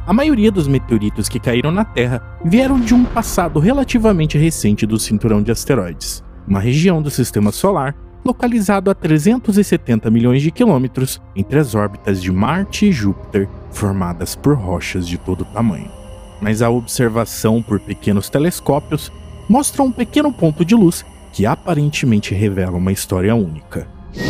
A maioria dos meteoritos que caíram na Terra vieram de um passado relativamente recente do cinturão de asteroides, uma região do Sistema Solar localizado a 370 milhões de quilômetros entre as órbitas de Marte e Júpiter, formadas por rochas de todo tamanho. Mas a observação por pequenos telescópios mostra um pequeno ponto de luz que aparentemente revela uma história única.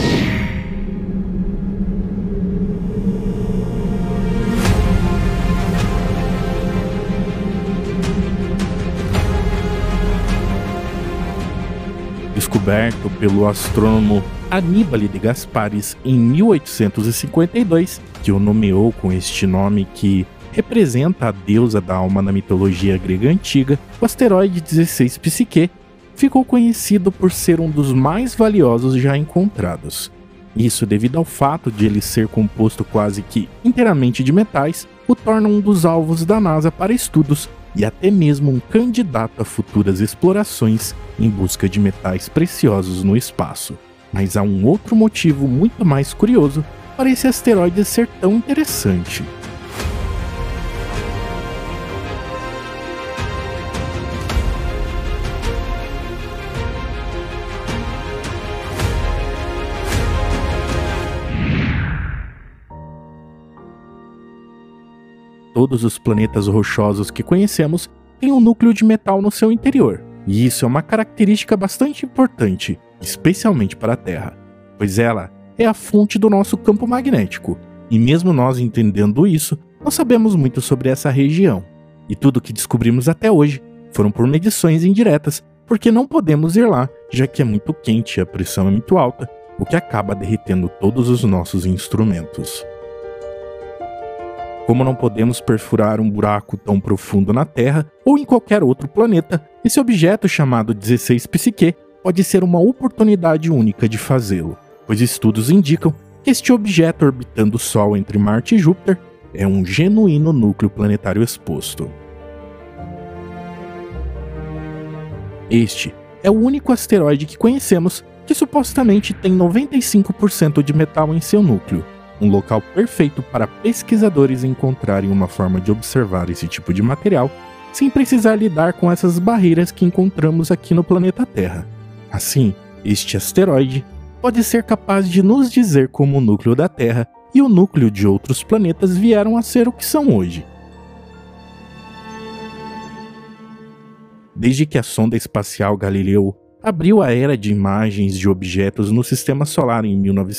Descoberto pelo astrônomo Aníbal de Gasparis em 1852, que o nomeou com este nome que representa a deusa da alma na mitologia grega antiga, o asteroide 16 Psique ficou conhecido por ser um dos mais valiosos já encontrados. Isso devido ao fato de ele ser composto quase que inteiramente de metais, o torna um dos alvos da NASA para estudos e até mesmo um candidato a futuras explorações em busca de metais preciosos no espaço. Mas há um outro motivo muito mais curioso para esse asteroide ser tão interessante. Todos os planetas rochosos que conhecemos têm um núcleo de metal no seu interior, e isso é uma característica bastante importante, especialmente para a Terra, pois ela é a fonte do nosso campo magnético, e mesmo nós entendendo isso, não sabemos muito sobre essa região, e tudo que descobrimos até hoje foram por medições indiretas, porque não podemos ir lá, já que é muito quente e a pressão é muito alta, o que acaba derretendo todos os nossos instrumentos. Como não podemos perfurar um buraco tão profundo na Terra ou em qualquer outro planeta, esse objeto chamado 16 Psique pode ser uma oportunidade única de fazê-lo, pois estudos indicam que este objeto orbitando o Sol entre Marte e Júpiter é um genuíno núcleo planetário exposto. Este é o único asteroide que conhecemos que supostamente tem 95% de metal em seu núcleo, um local perfeito para pesquisadores encontrarem uma forma de observar esse tipo de material sem precisar lidar com essas barreiras que encontramos aqui no planeta Terra. Assim, este asteroide pode ser capaz de nos dizer como o núcleo da Terra e o núcleo de outros planetas vieram a ser o que são hoje. Desde que a sonda espacial Galileu abriu a era de imagens de objetos no Sistema Solar em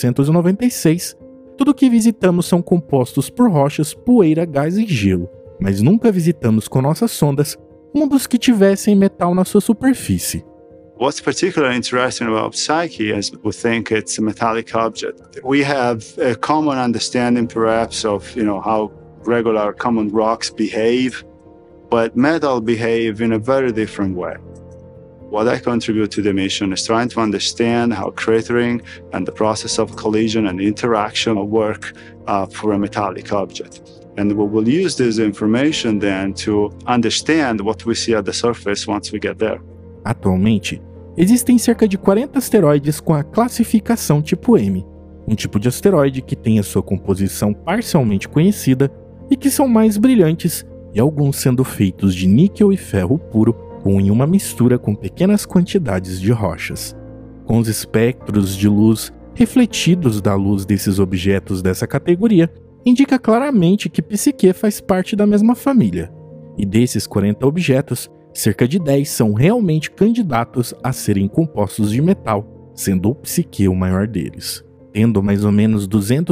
1996, tudo que visitamos são compostos por rochas, poeira, gás e gelo, mas nunca visitamos com nossas sondas mundos que tivessem metal na sua superfície. What's particularly interesting about Psyche is we think it's a metallic object. We have a common understanding perhaps of, how regular common rocks behave, but metal behave in a very different way. What I contribute to the mission is trying to understand how cratering and the process of collision and interaction work for a metallic object. And we will use this information then to understand what we see at the surface once we get there. Atualmente, existem cerca de 40 asteroides com a classificação tipo M, um tipo de asteroide que tem a sua composição parcialmente conhecida e que são mais brilhantes, e alguns sendo feitos de níquel e ferro puro, ou em uma mistura com pequenas quantidades de rochas. Com os espectros de luz refletidos da luz desses objetos dessa categoria, indica claramente que Psique faz parte da mesma família. E desses 40 objetos, cerca de 10 são realmente candidatos a serem compostos de metal, sendo o Psique o maior deles. Tendo mais ou menos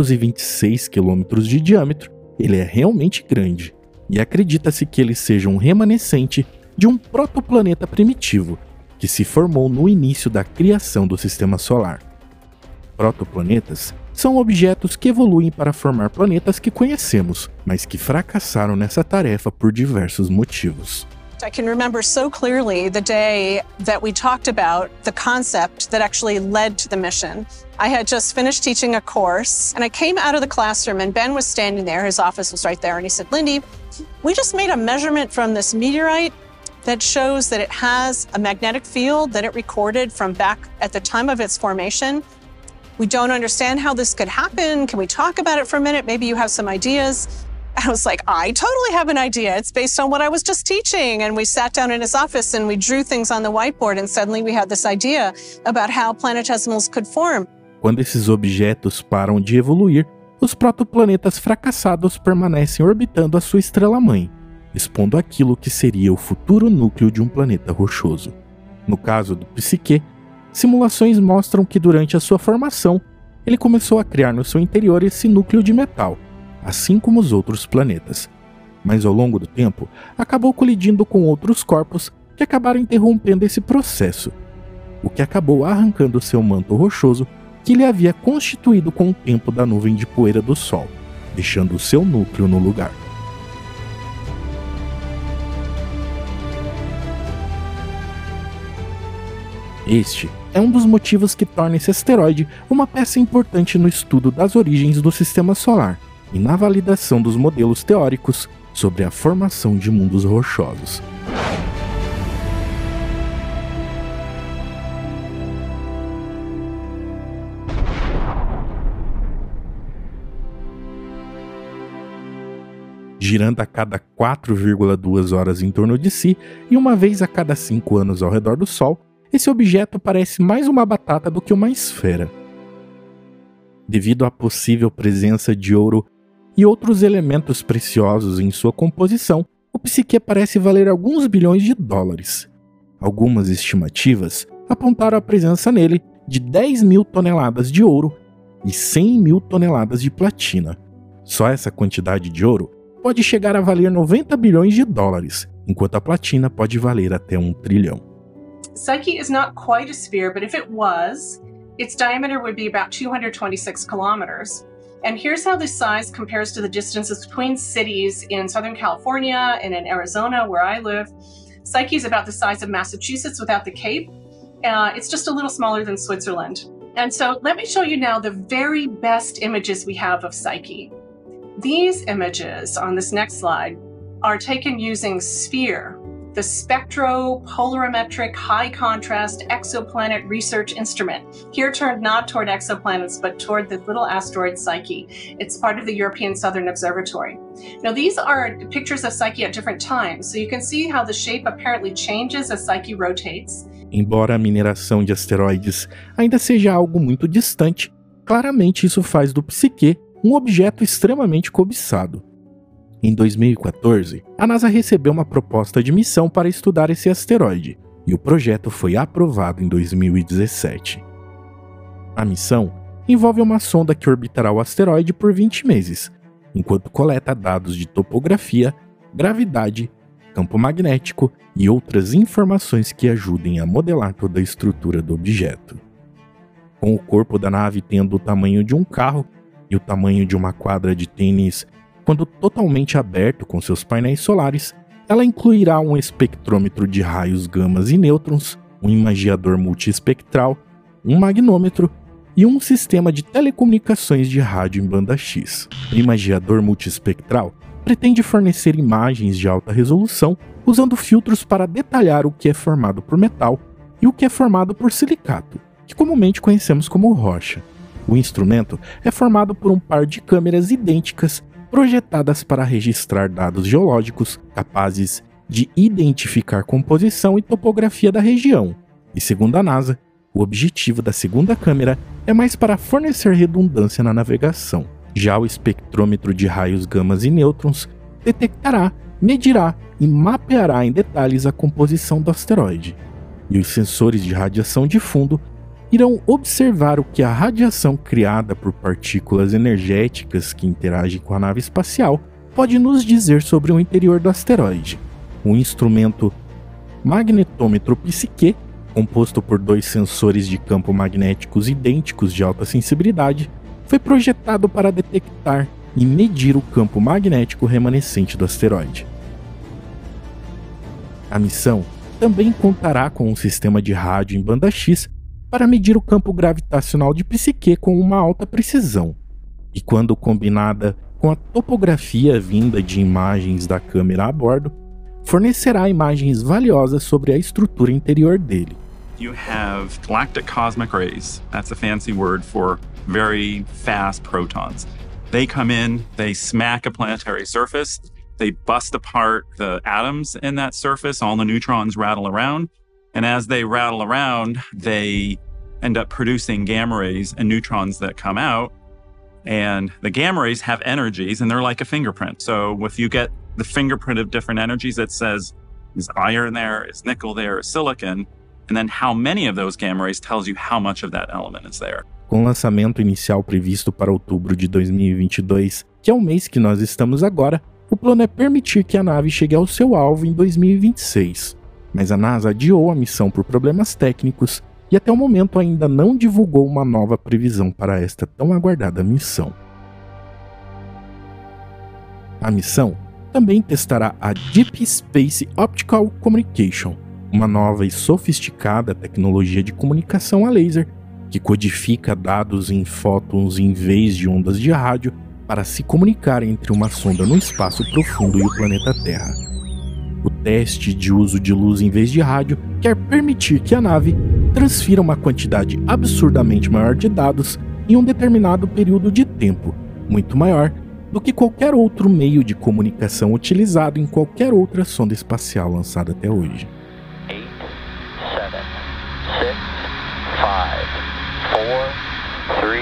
226 km de diâmetro, ele é realmente grande, e acredita-se que ele seja um remanescente de um protoplaneta primitivo, que se formou no início da criação do Sistema Solar. Protoplanetas são objetos que evoluem para formar planetas que conhecemos, mas que fracassaram nessa tarefa por diversos motivos. I can remember so clearly the day that we talked about the concept that actually led to the mission. I had just finished teaching a course, and I came out of the classroom, and Ben was standing there, his office was right there, and he said, "Lindy, we just made a measurement from this meteorite that shows that it has a magnetic field that it recorded from back at the time of its formation. We don't understand how this could happen. Can we talk about it for a minute? Maybe you have some ideas." I was like, I totally have an idea. It's based on what I was just teaching. And we sat down in his office and we drew things on the whiteboard, and suddenly we had this idea about how planetesimals could form. Quando esses objetos param de evoluir, os protoplanetas fracassados permanecem orbitando a sua estrela-mãe, expondo aquilo que seria o futuro núcleo de um planeta rochoso. No caso do Psique, simulações mostram que durante a sua formação, ele começou a criar no seu interior esse núcleo de metal, assim como os outros planetas. Mas ao longo do tempo, acabou colidindo com outros corpos que acabaram interrompendo esse processo, o que acabou arrancando seu manto rochoso que ele havia constituído com o tempo da nuvem de poeira do Sol, deixando o seu núcleo no lugar. Este é um dos motivos que torna esse asteroide uma peça importante no estudo das origens do Sistema Solar e na validação dos modelos teóricos sobre a formação de mundos rochosos. Girando a cada 4,2 horas em torno de si e uma vez a cada 5 anos ao redor do Sol, esse objeto parece mais uma batata do que uma esfera. Devido à possível presença de ouro e outros elementos preciosos em sua composição, o Psique parece valer alguns bilhões de dólares. Algumas estimativas apontaram a presença nele de 10 mil toneladas de ouro e 100 mil toneladas de platina. Só essa quantidade de ouro pode chegar a valer 90 bilhões de dólares, enquanto a platina pode valer até 1 trilhão. Psyche is not quite a sphere, but if it was, its diameter would be about 226 kilometers. And here's how this size compares to the distances between cities in Southern California and in Arizona, where I live. Psyche is about the size of Massachusetts without the Cape. It's just a little smaller than Switzerland. And so let me show you now the very best images we have of Psyche. These images on this next slide are taken using SPHERE, the Spectropolarimetric High Contrast Exoplanet Research Instrument, here turned not toward exoplanets, but toward the little asteroid Psyche. It's part of the European Southern Observatory. Now, these are pictures of Psyche at different times, so you can see how the shape apparently changes as Psyche rotates. Embora a mineração de asteroides ainda seja algo muito distante, claramente isso faz do Psique um objeto extremamente cobiçado. Em 2014, a NASA recebeu uma proposta de missão para estudar esse asteroide, e o projeto foi aprovado em 2017. A missão envolve uma sonda que orbitará o asteroide por 20 meses, enquanto coleta dados de topografia, gravidade, campo magnético e outras informações que ajudem a modelar toda a estrutura do objeto. Com o corpo da nave tendo o tamanho de um carro e o tamanho de uma quadra de tênis, quando totalmente aberto com seus painéis solares, ela incluirá um espectrômetro de raios gamas e nêutrons, um imagiador multiespectral, um magnômetro e um sistema de telecomunicações de rádio em banda X. O imagiador multiespectral pretende fornecer imagens de alta resolução usando filtros para detalhar o que é formado por metal e o que é formado por silicato, que comumente conhecemos como rocha. O instrumento é formado por um par de câmeras idênticas projetadas para registrar dados geológicos capazes de identificar composição e topografia da região. E segundo a NASA, o objetivo da segunda câmera é mais para fornecer redundância na navegação. Já o espectrômetro de raios gamas e nêutrons detectará, medirá e mapeará em detalhes a composição do asteroide. E os sensores de radiação de fundo irão observar o que a radiação criada por partículas energéticas que interagem com a nave espacial pode nos dizer sobre o interior do asteroide. O instrumento magnetômetro Psique, composto por 2 sensores de campo magnéticos idênticos de alta sensibilidade, foi projetado para detectar e medir o campo magnético remanescente do asteroide. A missão também contará com um sistema de rádio em banda X para medir o campo gravitacional de Psique com uma alta precisão, e quando combinada com a topografia vinda de imagens da câmera a bordo, fornecerá imagens valiosas sobre a estrutura interior dele. You have galactic cosmic rays. That's a fancy word for very fast protons. They come in, they smack a planetary surface, they bust apart the atoms in that surface, all the neutrons rattle around. And as they rattle around, they end up producing gamma rays and neutrons that come out. And the gamma rays have energies, and they're like a fingerprint. So if you get the fingerprint of different energies that says, is iron there, is nickel there, is silicon, and then how many of those gamma rays tells you how much of that element is there. Com o lançamento inicial previsto para outubro de 2022, que é o mês que nós estamos agora, o plano é permitir que a nave chegue ao seu alvo em 2026. Mas a NASA adiou a missão por problemas técnicos e até o momento ainda não divulgou uma nova previsão para esta tão aguardada missão. A missão também testará a Deep Space Optical Communication, uma nova e sofisticada tecnologia de comunicação a laser que codifica dados em fótons em vez de ondas de rádio para se comunicar entre uma sonda no espaço profundo e o planeta Terra. O teste de uso de luz em vez de rádio quer permitir que a nave transfira uma quantidade absurdamente maior de dados em um determinado período de tempo, muito maior do que qualquer outro meio de comunicação utilizado em qualquer outra sonda espacial lançada até hoje. 8, 7, 6, 5, 4, 3,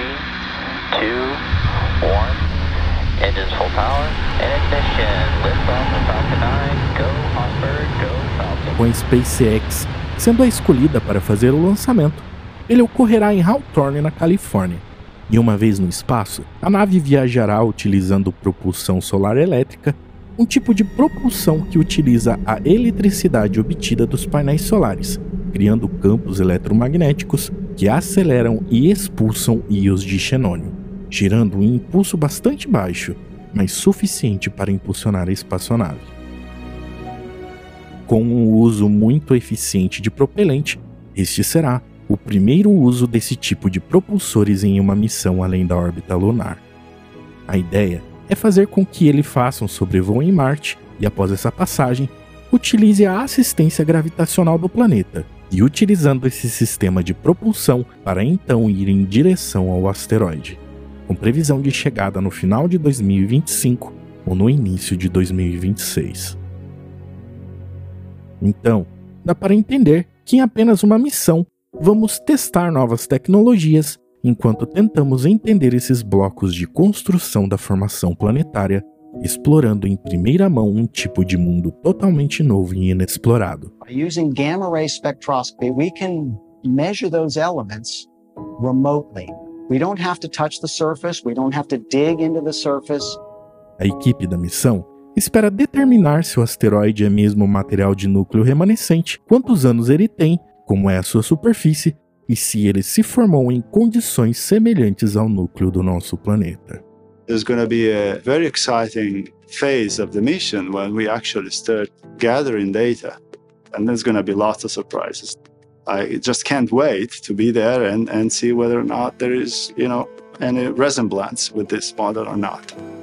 2, 1. Engines full power and ignition. Lift off of Falcon 9. Go Osprey, go Falcon. Com a SpaceX sendo a escolhida para fazer o lançamento, ele ocorrerá em Hawthorne, na Califórnia. E uma vez no espaço, a nave viajará utilizando propulsão solar elétrica, um tipo de propulsão que utiliza a eletricidade obtida dos painéis solares, criando campos eletromagnéticos que aceleram e expulsam íons de xenônio, gerando um impulso bastante baixo, mas suficiente para impulsionar a espaçonave. Com um uso muito eficiente de propelente, este será o primeiro uso desse tipo de propulsores em uma missão além da órbita lunar. A ideia é fazer com que ele faça um sobrevoo em Marte e, após essa passagem, utilize a assistência gravitacional do planeta, e utilizando esse sistema de propulsão para então ir em direção ao asteroide, com previsão de chegada no final de 2025 ou no início de 2026. Então, dá para entender que em apenas uma missão vamos testar novas tecnologias enquanto tentamos entender esses blocos de construção da formação planetária, explorando em primeira mão um tipo de mundo totalmente novo e inexplorado. Using gamma ray spectroscopy, we can measure those elements remotely. We don't have to touch the surface, we don't have to dig into the surface. A equipe da missão espera determinar se o asteroide é mesmo material de núcleo remanescente, quantos anos ele tem, como é a sua superfície e se ele se formou em condições semelhantes ao núcleo do nosso planeta. There's going to be a very exciting phase of the mission when we actually start gathering data, and there's going to be lots of surprises. I just can't wait to be there and see whether or not there is, any resemblance with this model or not.